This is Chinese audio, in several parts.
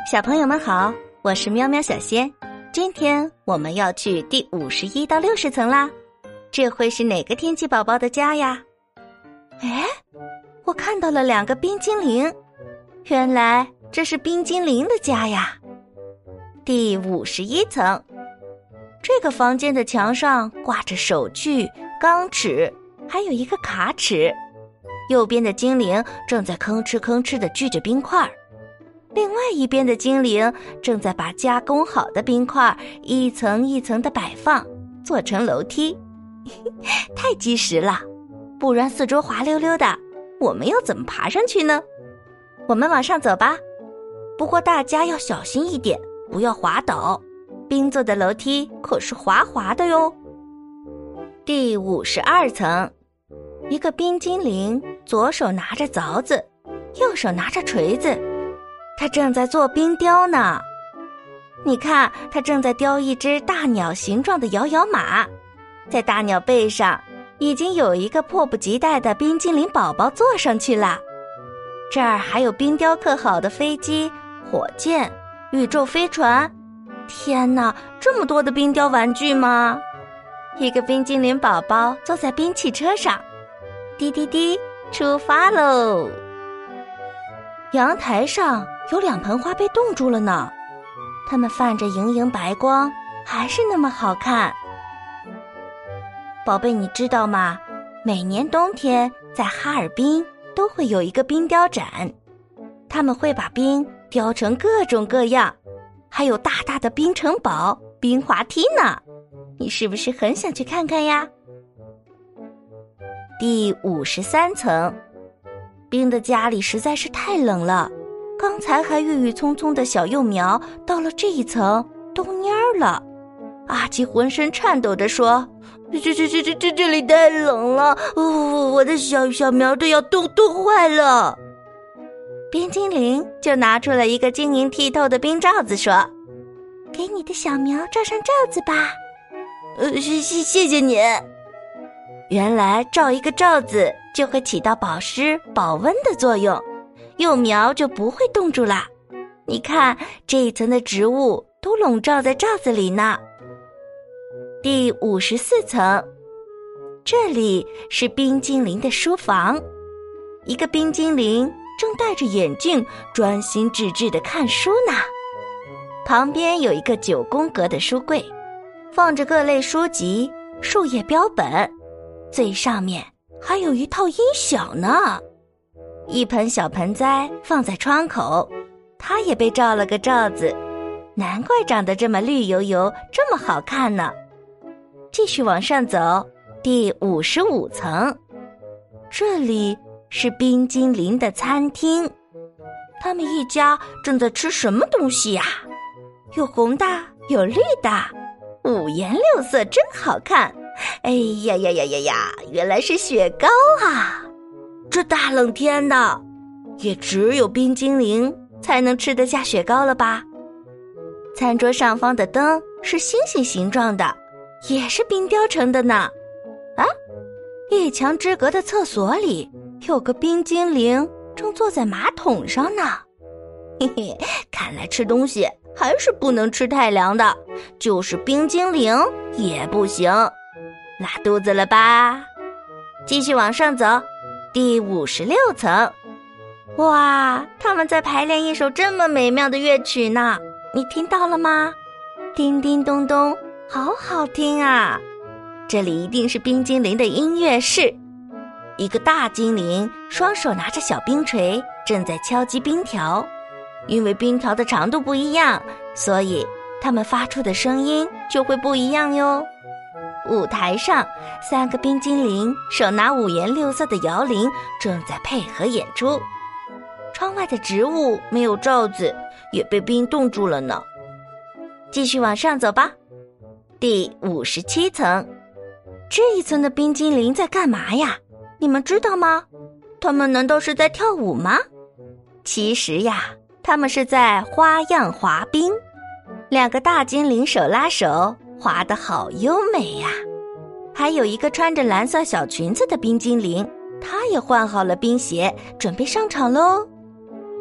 小朋友们好，我是喵喵小仙。今天我们要去第51到60层啦，这会是哪个天气宝宝的家呀？哎，我看到了2个冰精灵，原来这是冰精灵的家呀。第51层，这个房间的墙上挂着手锯、钢尺，还有一个卡尺。右边的精灵正在吭哧吭哧地锯着冰块，另外一边的精灵正在把加工好的冰块一层一层地摆放，做成楼梯。太及时了，不然四周滑溜溜的，我们要怎么爬上去呢？我们往上走吧，不过大家要小心一点，不要滑倒，冰做的楼梯可是滑滑的哟。第52层，一个冰精灵左手拿着凿子，右手拿着锤子，他正在做冰雕呢。你看，他正在雕一只大鸟形状的摇摇马，在大鸟背上已经有一个迫不及待的冰精灵宝宝坐上去了。这儿还有冰雕刻好的飞机、火箭、宇宙飞船。天哪，这么多的冰雕玩具吗？一个冰精灵宝宝坐在冰汽车上，滴滴滴，出发喽！阳台上有2盆花被冻住了呢，它们泛着莹莹白光，还是那么好看。宝贝，你知道吗？每年冬天在哈尔滨都会有一个冰雕展，他们会把冰雕成各种各样，还有大大的冰城堡、冰滑梯呢。你是不是很想去看看呀？第53层，冰的家里实在是太冷了，刚才还郁郁葱葱的小幼苗到了这一层都蔫了。阿基浑身颤抖地说：这里太冷了，我的小苗都要冻坏了。冰精灵就拿出了一个晶莹剔透的冰罩子说：给你的小苗罩上罩子吧。谢谢你。原来罩一个罩子就会起到保湿保温的作用，幼苗就不会冻住啦。你看，这一层的植物都笼罩在罩子里呢。第54层，这里是冰精灵的书房，一个冰精灵正戴着眼镜专心致志地看书呢。旁边有一个9宫格的书柜，放着各类书籍、树叶标本，最上面还有一套音响呢。一盆小盆栽放在窗口，它也被罩了个罩子，难怪长得这么绿油油，这么好看呢。继续往上走，第55层，这里是冰精灵的餐厅，他们一家正在吃什么东西呀？有红的，有绿的，五颜六色，真好看。哎呀，原来是雪糕啊！这大冷天的，也只有冰精灵才能吃得下雪糕了吧？餐桌上方的灯是星星形状的，也是冰雕成的呢。啊，一墙之隔的厕所里有个冰精灵正坐在马桶上呢。嘿嘿，看来吃东西还是不能吃太凉的，就是冰精灵也不行。拉肚子了吧？继续往上走，第56层。哇，他们在排练一首这么美妙的乐曲呢，你听到了吗？叮叮咚咚，好好听啊！这里一定是冰精灵的音乐室。一个大精灵双手拿着小冰锤，正在敲击冰条。因为冰条的长度不一样，所以它们发出的声音就会不一样哟。舞台上3个冰精灵手拿五颜六色的摇铃，正在配合演出。窗外的植物没有罩子，也被冰冻住了呢。继续往上走吧，第57层。这一层的冰精灵在干嘛呀？你们知道吗？他们难道是在跳舞吗？其实呀，他们是在花样滑冰。2个大精灵手拉手，滑得好优美呀。还有一个穿着蓝色小裙子的冰精灵，她也换好了冰鞋，准备上场喽。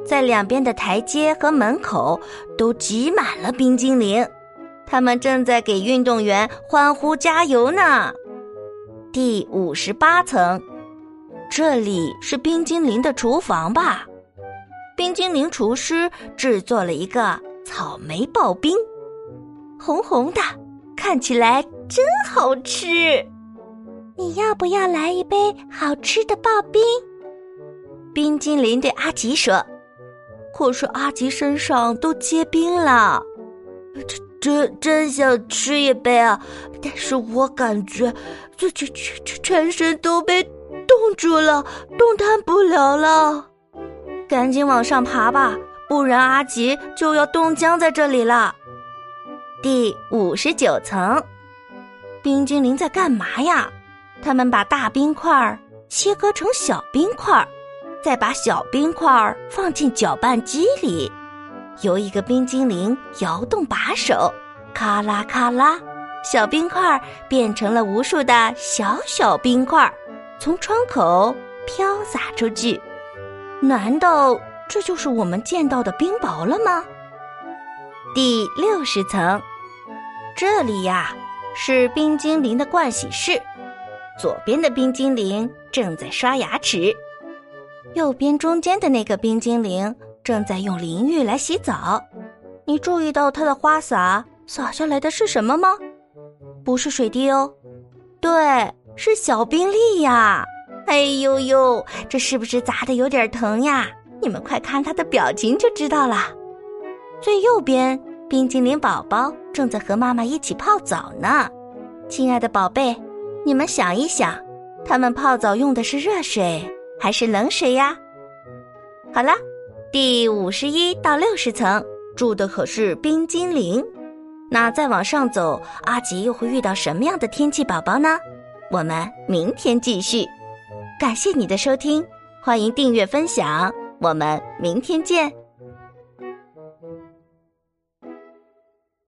在两边的台阶和门口都挤满了冰激凌，他们正在给运动员欢呼加油呢。第58层，这里是冰激凌的厨房吧？冰激凌厨师制作了一个草莓刨冰，红红的，看起来真好吃。你要不要来一杯好吃的刨冰？冰激凌对阿吉说。可是阿吉身上都结冰了，真想吃一杯啊！但是我感觉全身都被冻住了，动弹不了了。赶紧往上爬吧，不然阿吉就要冻僵在这里了。第59层，冰激凌在干嘛呀？他们把大冰块切割成小冰块，再把小冰块放进搅拌机里，由一个冰激凌摇动把手，咔啦咔啦，小冰块变成了无数的小冰块，从窗口飘洒出去。难道这就是我们见到的冰雹了吗？第60层，这里呀是冰激凌的盥洗室，左边的冰激凌正在刷牙齿，右边中间的那个冰激凌正在用淋浴来洗澡。你注意到它的花洒洒下来的是什么吗？不是水滴哦，对，是小冰粒呀。哎呦呦，这是不是砸得有点疼呀？你们快看它的表情就知道了。最右边，冰激凌宝宝正在和妈妈一起泡澡呢。亲爱的宝贝，你们想一想，他们泡澡用的是热水还是冷水呀？好了，第51到60层住的可是冰激凌。那再往上走，阿吉又会遇到什么样的天气宝宝呢？我们明天继续。感谢你的收听，欢迎订阅分享，我们明天见。